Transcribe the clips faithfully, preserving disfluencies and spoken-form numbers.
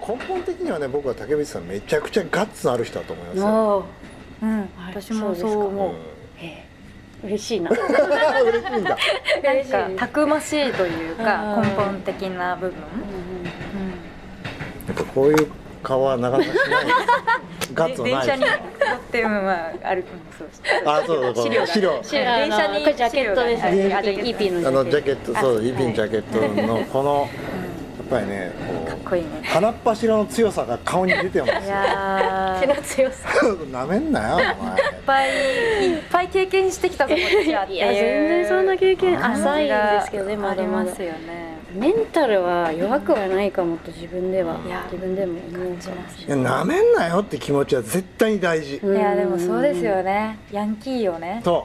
根本的にはね、僕は竹内さんめちゃくちゃガッツのある人だと思いますよ。 うん、私もそう思う。嬉しいな。 嬉しいんだ。 なんかたくましいというか根本的な部分、 やっぱこういう顔はなかなかしないガッツはない電車に乗っていうのはある。 あ、そうそう、資料資料電車にこれジャケットですね。イーピーのあのジャケット、そう、イーピーのジャケットのこのやっぱりね、 かっこいいね。 鼻っ柱の強さが顔に出てますよ。 いや手の強さ。 なめんなよお前。 いっぱいいっぱい経験してきたぞこっちはっていう。 いや全然そんな経験浅いんですけどね、まだまだ。 ありますよね。 メンタルは弱くはないかもと自分では自分でも思う感じます。 いや、なめんなよって気持ちは絶対に大事。 いやでもそうですよね。ヤンキーをね。 そう。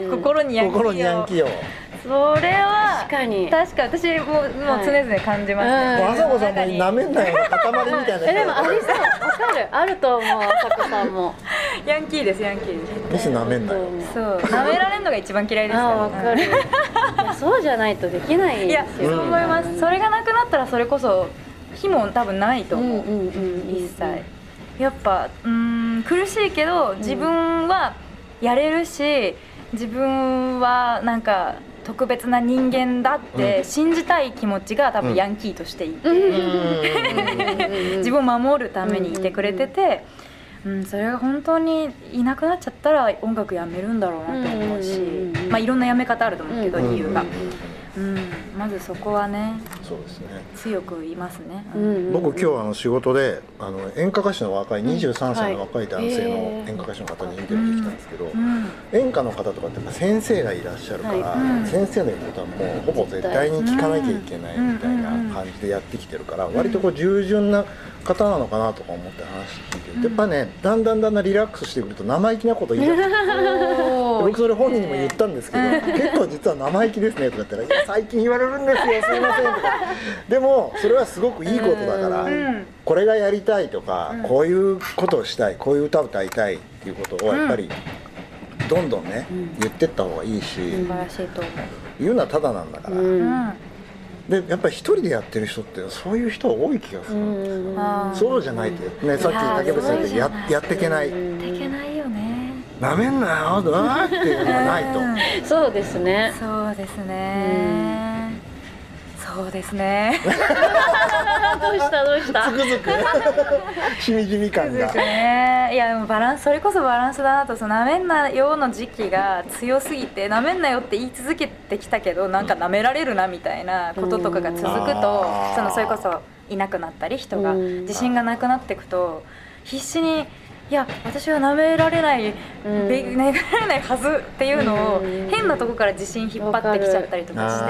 心にヤンキーを。 心にヤンキーを。 それは確かに確か私ももう常々感じますね。 あさこさんもなめんなよの塊みたいな。 えでもありそう、わかる、あると思う。あさこさんもヤンキーです、ヤンキーです。 ミスなめんなよ。 そう、なめられるのが一番嫌いです。 あ、わかる。いやそうじゃないとできないですよ。 いや、そう思います。それがなくなったらそれこそ火も多分ないと思う。一切。やっぱうーん苦しいけど自分はやれるし、自分はなんか特別な人間だって信じたい気持ちが多分ヤンキーとしていて、自分を守るためにいてくれてて、うん、それが本当にいなくなっちゃったら音楽やめるんだろうなと思うし、まあいろんなやめ方あると思うけど理由が、うん、まずそこはね、 そうですね、 強く言いますね。 僕今日あの仕事であの演歌歌手の若いにじゅうさんさいの若い男性の演歌歌手の方にインタビューできたんですけど、演歌の方とかってやっぱ先生がいらっしゃるから、先生の言うことはもうほぼ絶対に聞かなきゃいけないみたいな感じでやってきてるから、割とこう従順な方なのかなとか思って話聞いてると、やっぱねだんだんだんだんリラックスしてくると生意気なこと言い出す。僕それ本人にも言ったんですけど、結構実は生意気ですねとか言ったら、いや最近言われるんですよ、すいませんとか。でもそれはすごくいいことだから、これがやりたいとか、こういうことをしたい、こういう歌を歌いたいっていうことをやっぱりどんどんね言ってった方がいいし、 素晴らしいと思う。 言うのはただなんだから。でやっぱり一人でやってる人ってそういう人多い気がするんですよ。そうじゃないってね、さっき竹渕さん言ってややっていけない。 やっていけないよね。 なめんなよどうっていうのがないと。 そうですね。 そうですね。そうですね。 どうしたどうした。 つくづくしみじみ感が。 ね、いやでもバランス、それこそバランスだなと。そのなめんなよの時期が強すぎて、なめんなよって言い続けてきたけど、なんかなめられるなみたいなこととかが続くと、そのそれこそいなくなったり人が自信がなくなっていくと、必死にいや私はなめられない、なめられないはずっていうのを変なとこから自信引っ張ってきちゃったりとかして、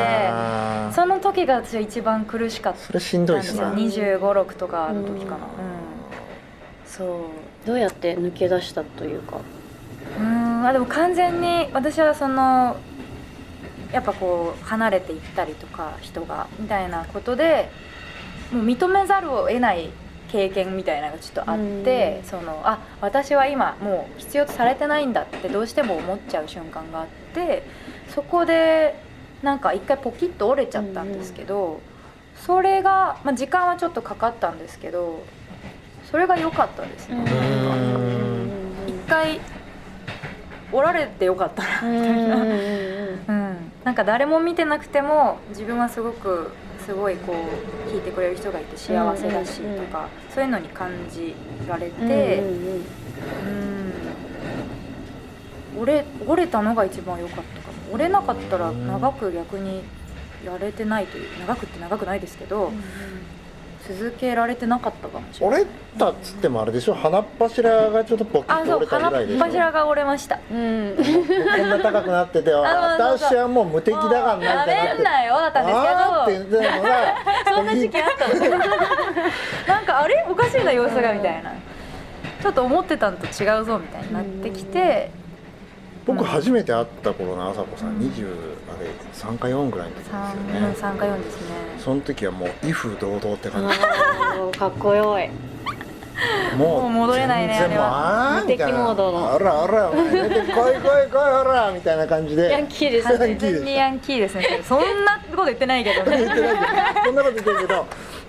その時が私は一番苦しかったんですよ。 それしんどいですね。 にじゅうご、ろくとかの時かな。そうどうやって抜け出したというか。 うーん、あでも完全に私はそのやっぱこう離れていったりとか人がみたいなことでもう認めざるを得ない経験みたいなのがちょっとあって、そのあ私は今もう必要とされてないんだってどうしても思っちゃう瞬間があって、そこでなんか一回ポキッと折れちゃったんですけど、それが、まあ、時間はちょっとかかったんですけど、それが良かったですね。一回折られてよかったなみたいな、うん、なんか誰も見てなくても自分はすごくすごいこう聞いてくれる人がいて幸せだしとか、そういうのに感じられて、うん、折れ折れたのが一番良かったかも。折れなかったら長く逆にやれてないという、長くって長くないですけど、続けられてなかったかもしれない。 折れたっつってもあれでしょ、鼻っ柱がちょっとポキッと折れたぐらいでしょ。 鼻っ柱が折れました、うん、 こんな高くなってて私はもう無敵だからなめんなよだったんですけど、 あーって言ってたのがそんな時期あったのなんかあれおかしいな様子がみたいな、ちょっと思ってたのと違うぞみたいになってきて、 僕初めて会った頃の朝子さんにじゅうさんかよんぐらいの時ですよね。 さんかよんですね。 その時はもう威風堂々って感じ。 かっこよい。 もうもう戻れないねあれは。 無敵モードの。 あらあら出てこいこいこいほらみたいな感じで。 ヤンキーですね。 完全にヤンキーですね。そんなこと言ってないけどね。 言ってないけど、そんなこと言ってるけど、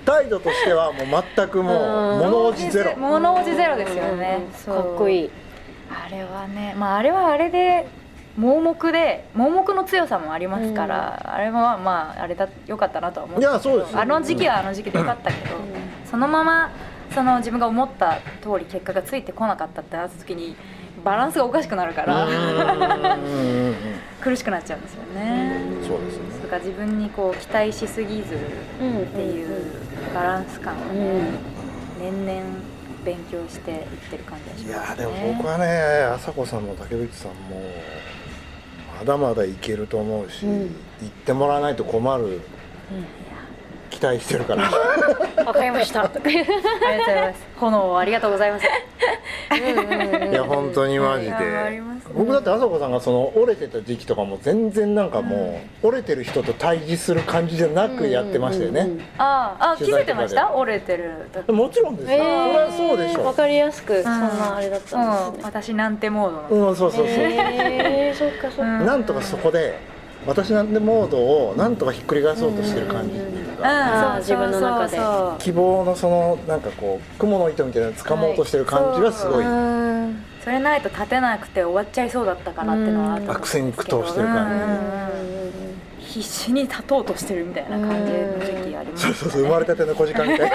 態度としてはもう全くもう物おじゼロ、 物おじゼロですよね。 かっこいい。 あれはね、まああれはあれで盲目で盲目の強さもありますから、うん、あれはまああれだ良かったなとは思う。 いやそうですよ。 あの時期はあの時期で良かったけど、うん、そのままその自分が思った通り結果がついてこなかったってなった時にバランスがおかしくなるから苦しくなっちゃうんですよね。 そうですね。 だから自分にこう期待しすぎずっていうバランス感をね、年々勉強していってる感じがしますね。 いやでも僕はね、朝子さんも竹内さんもまだまだいけると思うし、うん、言ってもらわないと困る、うん、期待してるから。 わかりました。ありがとうございます。炎をありがとうございます。 いや本当にマジで、ね、僕だって朝子さんがその折れてた時期とかも全然なんかもう、うん、折れてる人と対峙する感じじゃなくやってましたよね。 ああ気づいてました？折れてる時。 もちろんですよ、えー、それはそうでしょ。 わかりやすくそんなあれだったんですね、 うん、私なんてモードの、うん、そうそうそう、 えー、そっかそっか、 なんとかそこで私なんてモードをなんとかひっくり返そうとしてる感じっていうか、 自分の中で希望のそのなんかこう雲の糸みたいなのを掴もうとしてる感じがすごい、 はい、そ, それないと立てなくて終わっちゃいそうだったかなっていうのはあったんですけど、 悪戦苦闘してる感じ、必死に立とうとしてるみたいな感じの時期ありましたね。 そうそうそう、生まれたての小時間みたいな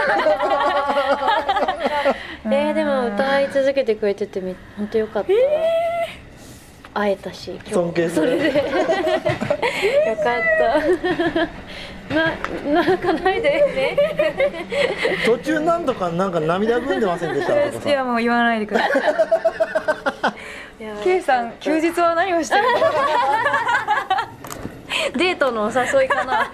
えー、でも歌い続けてくれてて本当よかった、えー会えたし尊敬する。 それでよかったな、泣かないでね。 途中何度かなんか涙ぐんでませんでした？ いやもう言わないでください。K さん休日は何をしてるの？ デートのお誘いかな。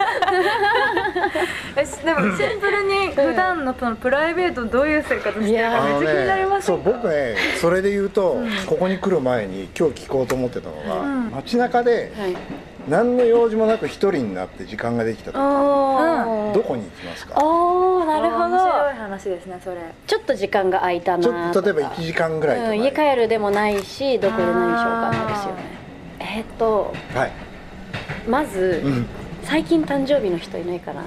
でもシンプルに普段のそのプライベートどういう生活してるかめっちゃ気になります。 そう僕ねそれで言うと、うん、ここに来る前に今日聞こうと思ってたのが、うん、街中で、はい、何の用事もなく一人になって時間ができたとか、どこに行きますか？ おー、なるほど。 面白い話ですねそれ。 ちょっと時間が空いたなとか、 ちょっと例えばいちじかんぐらいとか、うん、 家帰るでもないしどこで何しようかなですよね。えー、っと、はい、まず、うん、最近誕生日の人いないかな。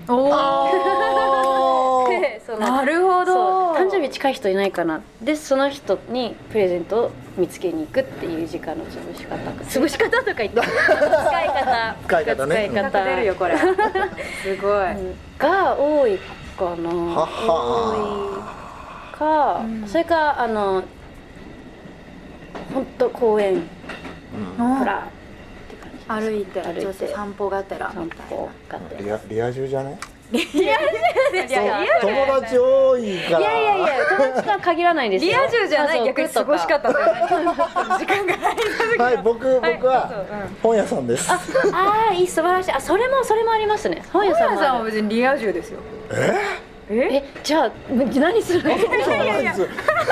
おでそのなるほど、 誕生日近い人いないかな。でその人にプレゼントを見つけに行くっていう時間の潰し方潰し方とか言って使い方使い方ね、 使い方出るよこれすごい、 うん、が多いかな。はは多いか、うん、それかあの本当公園、うん、プラ歩いて歩いて散歩がてら散歩がてらリア充じゃない？ リア充ですよ。 友達多いから。 いやいやいや友達とは限らないですよ。 リア充じゃない逆に過ごし方とか時間が空いた時。 はい僕僕は本屋さんです。 ああいい素晴らしい。あそれもそれもありますね。本屋さんは別にリア充ですよ。 え？ えじゃあ何するの？いやいやいや。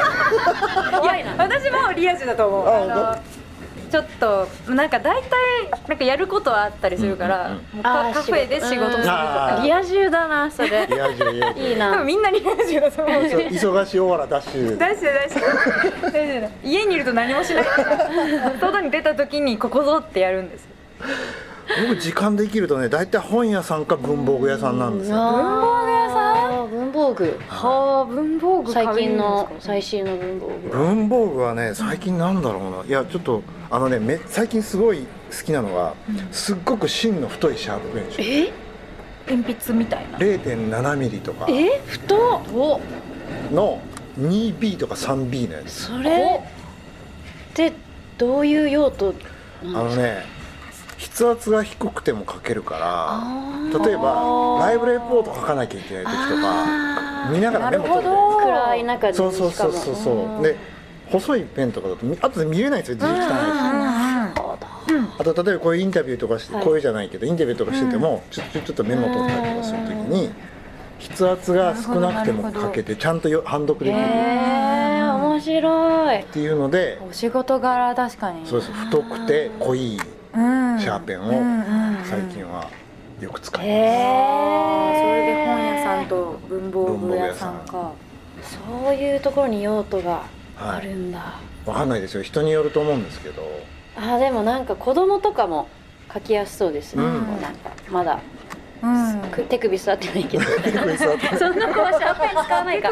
私もリア充だと思う。あのちょっとなんか大体なんかやることはあったりするから、うんうんうん、カ, カフェで仕事するとか。 リア充だなそれ。 リア充リア充いいな。 多分みんなリア充だと思う。 忙しいオーラダッシュ。 ダッシュダッシュ。大丈夫。家にいると何もしないから外に出た時にここぞってやるんですよ。 僕時間できるとね大体本屋さんか文房具屋さんなんですよ。 文房具屋さん？ 文房具。はあ文房具。最近の最新の文房具。 文房具はね最近なんだろうな。いやちょっとあのねめ最近すごい好きなのが、うん、すっごく芯の太いシャープペンシル。 え？ 鉛筆みたいな。 れいてんななミリとか。 え？太っ。 の にビー とか さんビー のやつ。 それってどういう用途なんですか？ あのね。筆圧が低くても書けるから例えばライブレポート書かなきゃいけない時とか見ながらメモ取る暗い中でそうそうそうそうそうで細いペンとかだと後で見れないんですよ字汚いしあと例えばこういうインタビューとかして、はい、こういうじゃないけどインタビューとかしてても、うん、ちょっとちょっとメモ取ったりとかする時に筆圧が少なくても書けてちゃんと判読できる。 へー面白いっていうのでお仕事柄確かにそうです太くて濃いシャーペンを最近はよく使います。へーそれで本屋さんと文房具屋さんか。 そういうところに用途があるんだ。 はい、わかんないですよ人によると思うんですけど。 あでもなんか子供とかも書きやすそうですね、うん、なんかまだうん、 手首座ってないけど手首座ってそんな子はシャーペン使わないか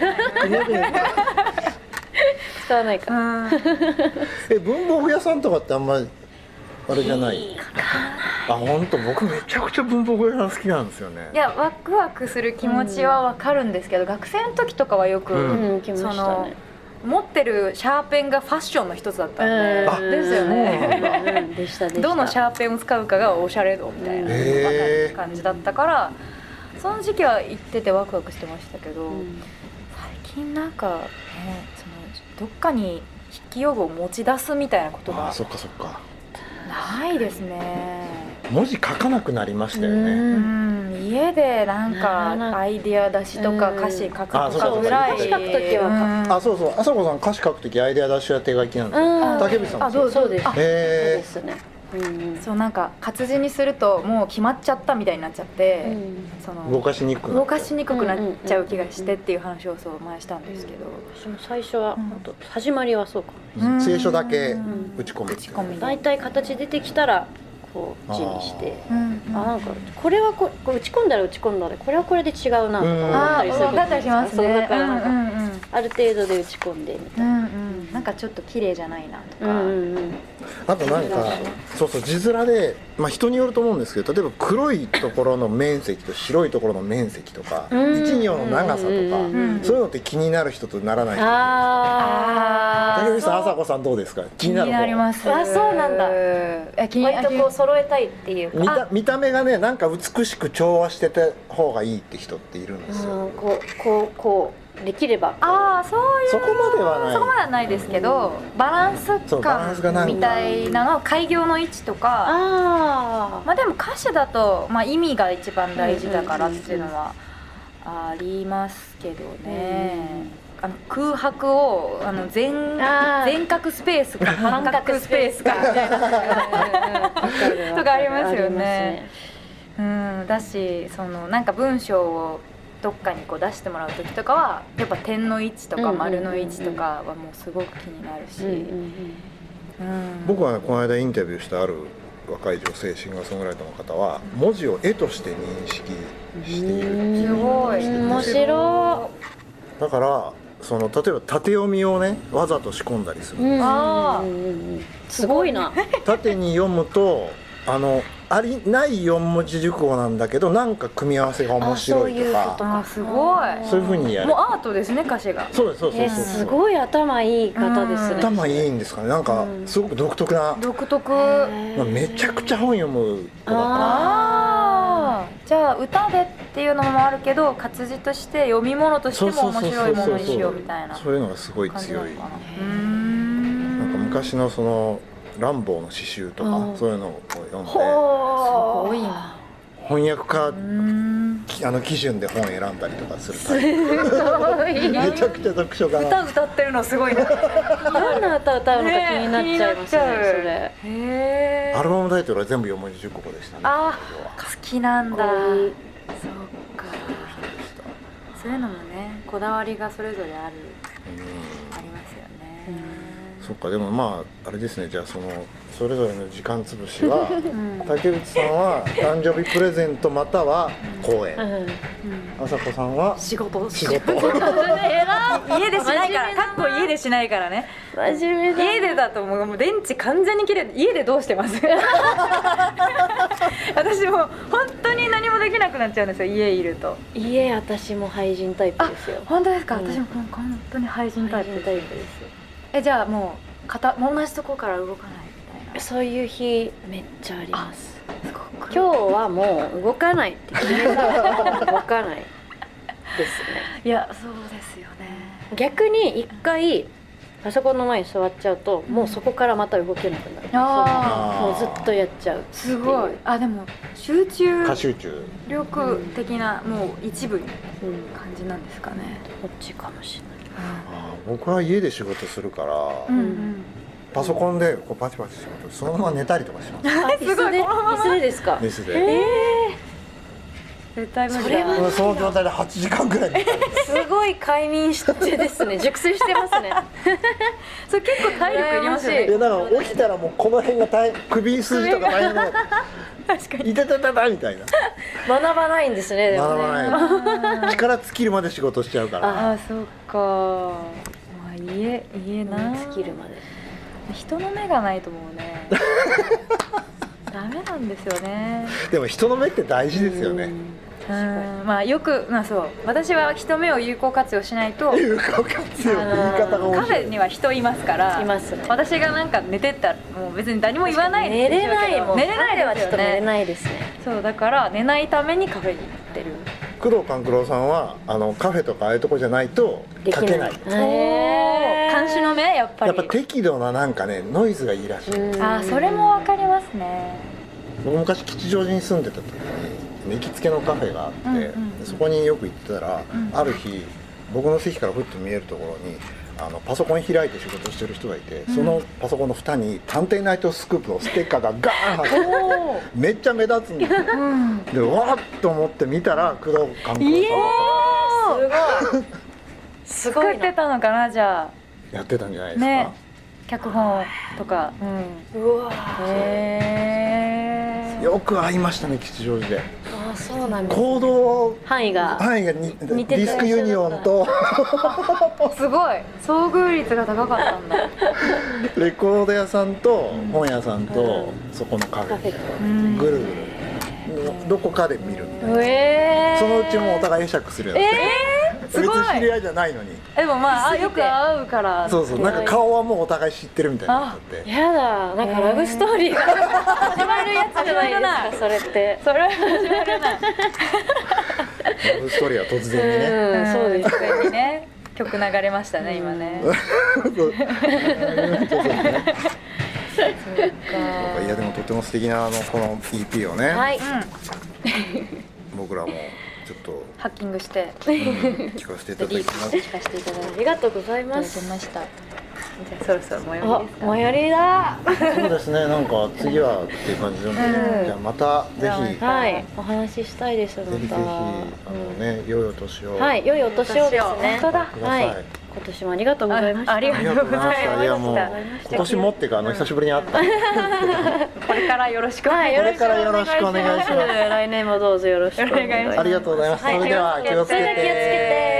使わないか、 うん、え文房具屋さんとかってあんまりあれじゃない？いいかなあ、本当僕めちゃくちゃ文房具屋さん好きなんですよね。 いやワクワクする気持ちはわかるんですけど、うん、学生の時とかはよく、 うん、来ましたね。 その持ってるシャーペンがファッションの一つだったんで、 うん、 ですよね。 うん、でしたでした。 どのシャーペンを使うかがおしゃれ度みたいな感じだったから、その時期は行っててワクワクしてましたけど、うん、最近なんかね、そのどっかに筆記用具を持ち出すみたいなことがあ、そっかそっかないですね。 文字書かなくなりましたよね。 うん、家でなんかアイディア出しとか歌詞書くとかぐらい、 歌詞書くときは、 うん、あ、そうそう、あさこさん歌詞書くときアイディア出しは手書きなんですよ。竹内さんもそうそうです。 へー、そうですね。うん、 そうなんか活字にするともう決まっちゃったみたいになっちゃって、うん、その動かしにくくなっ動かしにくくなっちゃう気がしてっていう話をそう前したんですけど、 私も最初は、うん、始まりはそうかも。聖書だけ打ち込む。打ち込み。 だいたい形出てきたらこう字にして、あ、あ、なんかこれはここれ打ち込んだら打ち込んだらこれはこれで違うなとか思ったりすることがあったりしますね。 だからなんか、うんうんうん、ある程度で打ち込んでみたいな、うんうん、 なんかちょっと綺麗じゃないなとか、 うんうんうん、 あとなんかそうそう字面で、まあ、人によると思うんですけど、例えば黒いところの面積と白いところの面積とかいち行の長さとか、うんうん、そういうのって気になる人とならない人。ああ、竹内さん、あさこさんどうですか？気になる方。 気になります。 あ、そうなんだ。割とこう揃えたいっていうか、 見た、見た目がね、なんか美しく調和してた方がいいって人っているんですよ。 こうこうこうできれば、 ああ、そういうそこまではない、 そこまではないですけど、うん、バランス感みたいなの、開業の位置とか、あ、まあでも歌詞だと、まあ、意味が一番大事だからっていうのはありますけどね、うん、あの空白をあの 全, 全角スペースか半角スペースかみたいなとかありますよね。うん、だし、そのなんか文章をどっかにこう出してもらう時とかはやっぱ点の位置とか丸の位置とかはもうすごく気になるし、うん、 僕は、ね、この間インタビューしたある若い女性シンガーソングライターの方は文字を絵として認識しているっていう。 すごい面白い。だからその例えば縦読みをねわざと仕込んだりするんですよ。 あ、すごいな。 縦に読むとあのありないよん文字熟語なんだけどなんか組み合わせが面白いとか、 あ、すごい、 そういう風にやる。 もうアートですね、歌詞が。 そうですそうそうそう、 すごい頭いい方ですね。 頭いいんですかね。なんかすごく独特な、 独特、 めちゃくちゃ本読む子だから。 あ、じゃあ歌でっていうのもあるけど活字として読み物としても面白いものにしようみたいな、 そういうのがすごい強い。なんか昔のそのランボーの詩集とかそういうのを読んで、すごいな。 翻訳家あの基準で本選んだりとかするタイプ。めちゃくちゃ読書家な。 歌歌ってるのすごいな。 どんな歌歌うのか気になっちゃいますね、それ。 へー。アルバムタイトルは全部よん文字熟語でしたね。 あ、好きなんだ。そうか。そういうのもね、こだわりがそれぞれある、ありますよね。 そっか。でもまああれですね。じゃあそのそれぞれの時間つぶしは、うん、竹内さんは誕生日プレゼントまたは公演、あさこさんは仕事仕事家でしないから、かっこ家でしないからね。 真面目だ。 家でだともう電池完全に切れて、家でどうしてます私も本当に何もできなくなっちゃうんですよ、家いると。 家、私も廃人タイプですよ。 本当ですか？うん、私も本当に廃人タイプです。え、じゃあもう片同じとこから動かないみたいな。 そういう日めっちゃあります。すごく今日はもう動かないって決めたら動かないですね。 いや、そうですよね。 逆に一回パソコンの前に座っちゃうと、うん、もうそこからまた動けなくなる。あ、もうずっとやっちゃう。 すごい。あ、でも集中過集中力的な、うん、もう一部感じなんですかね。 こっちかもしれない。 あ、僕は家で仕事するから、うんうん、パソコンでこうパチパチ仕事、そのまま寝たりとかします。 あ、すごい。椅子でですか？ 椅子で。 え絶対無理だ。 それはその状態ではちじかんぐらい見たりすごい快眠してですね熟睡してますねそれ結構体力いりますよね。 いやだから起きたらもうこの辺が大首筋とか大変な確かにいててててみたいな学ばないんですねでもね学ばない力尽きるまで仕事しちゃうからああそっか、まあ、家家な尽きるまで人の目がないと思うねダメなんですよね。 でも人の目って大事ですよね。 うんまあよくまあそう私は人目を有効活用しないと有効活用って言い方が面カ白い。 フェには人いますからいますね私がなんか寝てったらもう別に何も言わない寝れないでしょうけどもん寝れないはですよちょっと寝れね。 ないですねそうだから寝ないためにカフェに行ってる。 工藤官九郎さんはあのカフェとかああいうとこじゃないとできない書けない。 へー監視の目やっぱりやっぱ適度ななんかねノイズがいいらしい。 うんあーそれもわかりますね。 僕昔吉祥寺に住んでた時に行きつけのカフェがあって、 うんうんうんでそこによく行ってたら、 うんある日僕の席からふっと見えるところにあのパソコン開いて仕事してる人がいて、そのパソコンの蓋に「探偵ナイトスクープ」のステッカーがガーン貼っておめっちゃ目立つんですよ。 うんでわーっと思って見たら工藤官九郎さんだったすごいすごいな作ってたのかなじゃやってたんじゃないですか、 ね脚本とか、うん、 うわへえよく会いましたね吉祥寺で。 ああそうなんです行動範囲が範囲がにデ似てたィスクユニオンとすごい遭遇率が高かったんだ。 レコード屋さんと本屋さんとうんそこのカフェカフェとうんぐるぐるどこかで見るみたいな、 えー、 そのうちもお互い会釈するようになって、 えー、す別ごいに知り合いじゃないのにでもまああよく会うからそうそうなんか顔はもうお互い知ってるみたいになっちゃってやだなんかラブストーリーが始まるやつじゃないですかそれってそれは始まらないラブストーリーは突然にねうんそうですすにね曲流れましたね今ね。 そうそうねそういやでもとても素敵なあのこの イーピー をね、 はいうん僕らもちょっとハッキングして聞かせていただきます。 聞かせていただいてありがとうございまますました。じゃあそろそろ最寄ありですか。 最寄りだそうですね、なんか次はっていう感じなんで、 うんじゃあまたぜひ、ぜはいお話ししたいですまたひぜひ、あのね、良いお年を。 はい良いお年をですね本当だくださはいい今年もありがとうございましたあありがありがとうございました。いやもうありがとうございました今年もっていうかあの久しぶりに会った。 これからよろしくお願いします。 これからよろしくお願いします。 来年もどうぞよろしくお願いしますありがとうございます。それでは気をつけそれでは気をつけて。 て